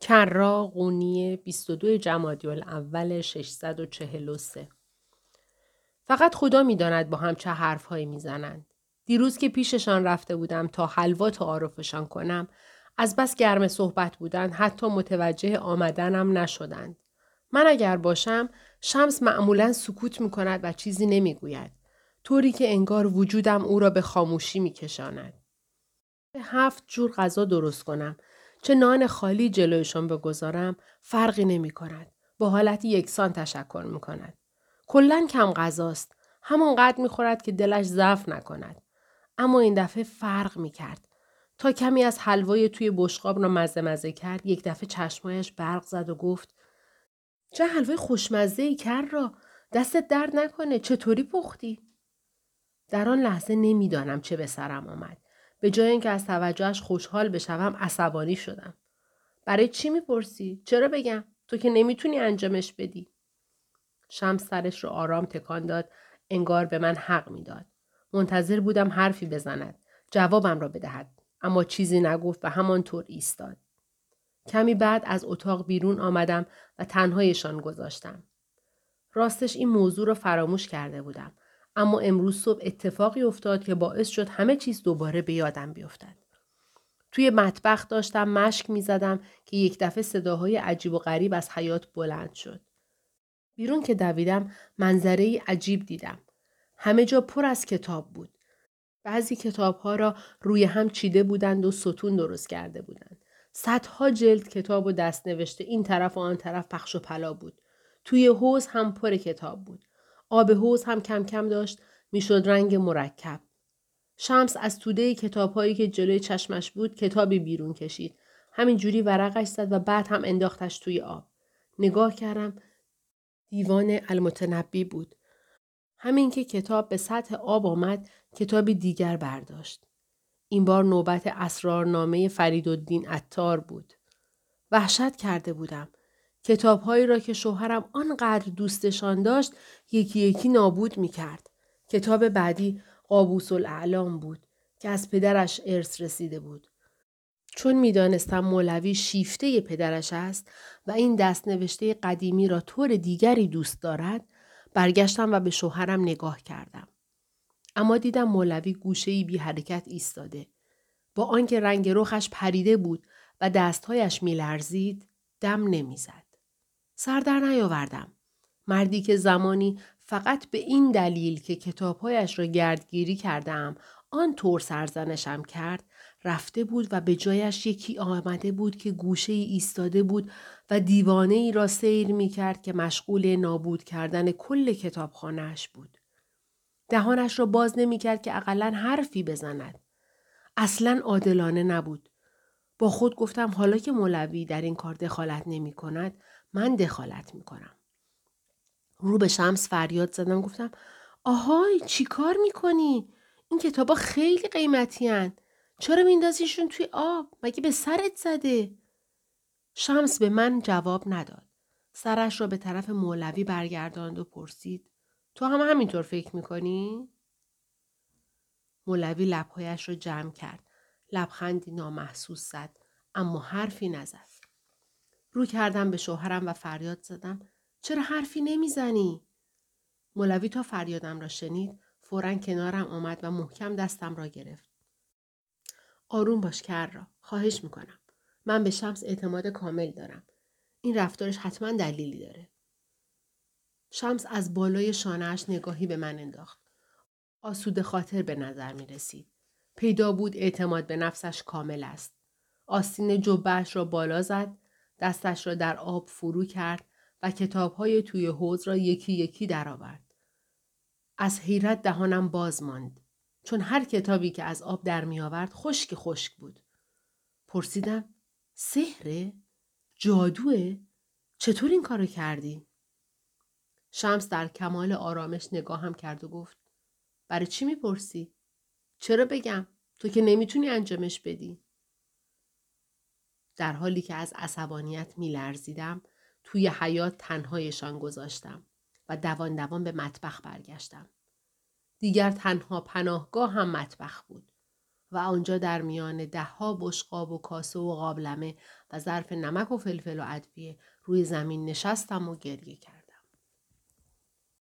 کرا قونیه 22 جمادی الاول 643. فقط خدا می‌داند با هم چه حرف‌هایی می‌زنند. دیروز که پیششان رفته بودم تا حلوا تعارفشان کنم، از بس گرم صحبت بودند حتی متوجه آمدنم نشدند. من اگر باشم، شمس معمولاً سکوت می‌کند و چیزی نمی‌گوید. طوری که انگار وجودم او را به خاموشی می‌کشاند. 7 جور غذا درست کنم. چه نان خالی جلویشان بگذارم فرقی نمی کند. با حالتی یکسان تشکر می کند. کلاً کم غذاست. همانقدر می خورد که دلش ضعف نکند. اما این دفعه فرق می کرد. تا کمی از حلوای توی بشقاب را مزه مزه کرد یک دفعه چشمایش برق زد و گفت چه حلوای خوشمزه‌ای کرا. دستت درد نکنه. چطوری پختی؟ در آن لحظه نمیدانم چه به سرم آمد. به جای اینکه از توجهش خوشحال بشوم عصبانی شدم. برای چی میپرسی؟ چرا بگم؟ تو که نمیتونی انجامش بدی. شمس سرش رو آرام تکان داد. انگار به من حق میداد. منتظر بودم حرفی بزند. جوابم را بدهد. اما چیزی نگفت و همانطور ایستاد. کمی بعد از اتاق بیرون آمدم و تنهایشان گذاشتم. راستش این موضوع را فراموش کرده بودم. اما امروز صبح اتفاقی افتاد که باعث شد همه چیز دوباره به یادم بیفتد. توی مطبخ داشتم مشک می زدم که یک دفعه صداهای عجیب و غریب از حیاط بلند شد. بیرون که دویدم منظره‌ای عجیب دیدم. همه جا پر از کتاب بود. بعضی کتابها را روی هم چیده بودند و ستون درست کرده بودند. صدها جلد کتاب و دست نوشته این طرف و آن طرف پخش و پلا بود. توی حوض هم پر کتاب بود. آب حوض هم کم کم داشت میشد رنگ مرکب. شمس از توده کتابهایی که جلوی چشمش بود کتابی بیرون کشید. همین جوری ورقش زد و بعد هم انداختش توی آب. نگاه کردم. دیوان المتنبی بود. همین که کتاب به سطح آب آمد کتابی دیگر برداشت. این بار نوبت اسرارنامه فریدالدین عطار بود. وحشت کرده بودم. کتابهایی را که شوهرم آنقدر دوستشان داشت یکی یکی نابود می کرد. کتاب بعدی قابوس الاعلام بود که از پدرش ارث رسیده بود. چون می دانستم مولوی شیفته پدرش است و این دست نوشته قدیمی را طور دیگری دوست دارد، برگشتم و به شوهرم نگاه کردم. اما دیدم مولوی گوشه‌ای بی حرکت ایستاده. با آنکه رنگ رخش پریده بود و دستهایش می لرزید، دم نمی زد. سر در نیاوردم. مردی که زمانی فقط به این دلیل که کتابهایش را گردگیری کردم آن طور سرزنشم کرد رفته بود و به جایش یکی آمده بود که گوشه ای ایستاده بود و دیوانه ای را سیر می کرد که مشغول نابود کردن کل کتابخانه‌اش بود. دهانش را باز نمی کرد که اقلن حرفی بزند. اصلاً عادلانه نبود. با خود گفتم حالا که مولوی در این کار دخالت نمی کند من دخالت می کنم. رو به شمس فریاد زدم گفتم آهای چی کار می کنی؟ این کتابا خیلی قیمتی هن. چرا میندازیشون توی آب؟ مگه به سرت زده؟ شمس به من جواب نداد. سرش را به طرف مولوی برگرداند و پرسید تو هم همینطور فکر می کنی؟ مولوی لبهایش را جمع کرد. لبخندی نامحسوس زد. اما حرفی نزد. رو کردم به شوهرم و فریاد زدم چرا حرفی نمیزنی؟ مولوی تا فریادم را شنید فوراً کنارم آمد و محکم دستم را گرفت. آروم باش کرا. خواهش میکنم. من به شمس اعتماد کامل دارم. این رفتارش حتما دلیلی داره. شمس از بالای شانه‌اش نگاهی به من انداخت. آسوده خاطر به نظر می رسید. پیدا بود اعتماد به نفسش کامل است. آستین جبه‌اش را بالا زد، دستش را در آب فرو کرد و کتاب‌های توی حوض را یکی یکی درآورد. از حیرت دهانم باز ماند. چون هر کتابی که از آب در می آورد خشک بود. پرسیدم سحره؟ جادوه؟ چطور این کارو کردی؟ شمس در کمال آرامش نگاهم کرد و گفت برای چی میپرسی؟ چرا بگم؟ تو که نمیتونی انجامش بدی. در حالی که از عصبانیت میلرزیدم توی حیاط تنهایشان گذاشتم و دوان دوان به مطبخ برگشتم. دیگر تنها پناهگاه هم مطبخ بود. و آنجا در میان 10 بشقاب و کاسه و قابلمه و ظرف نمک و فلفل و ادویه روی زمین نشستم و گریه کردم.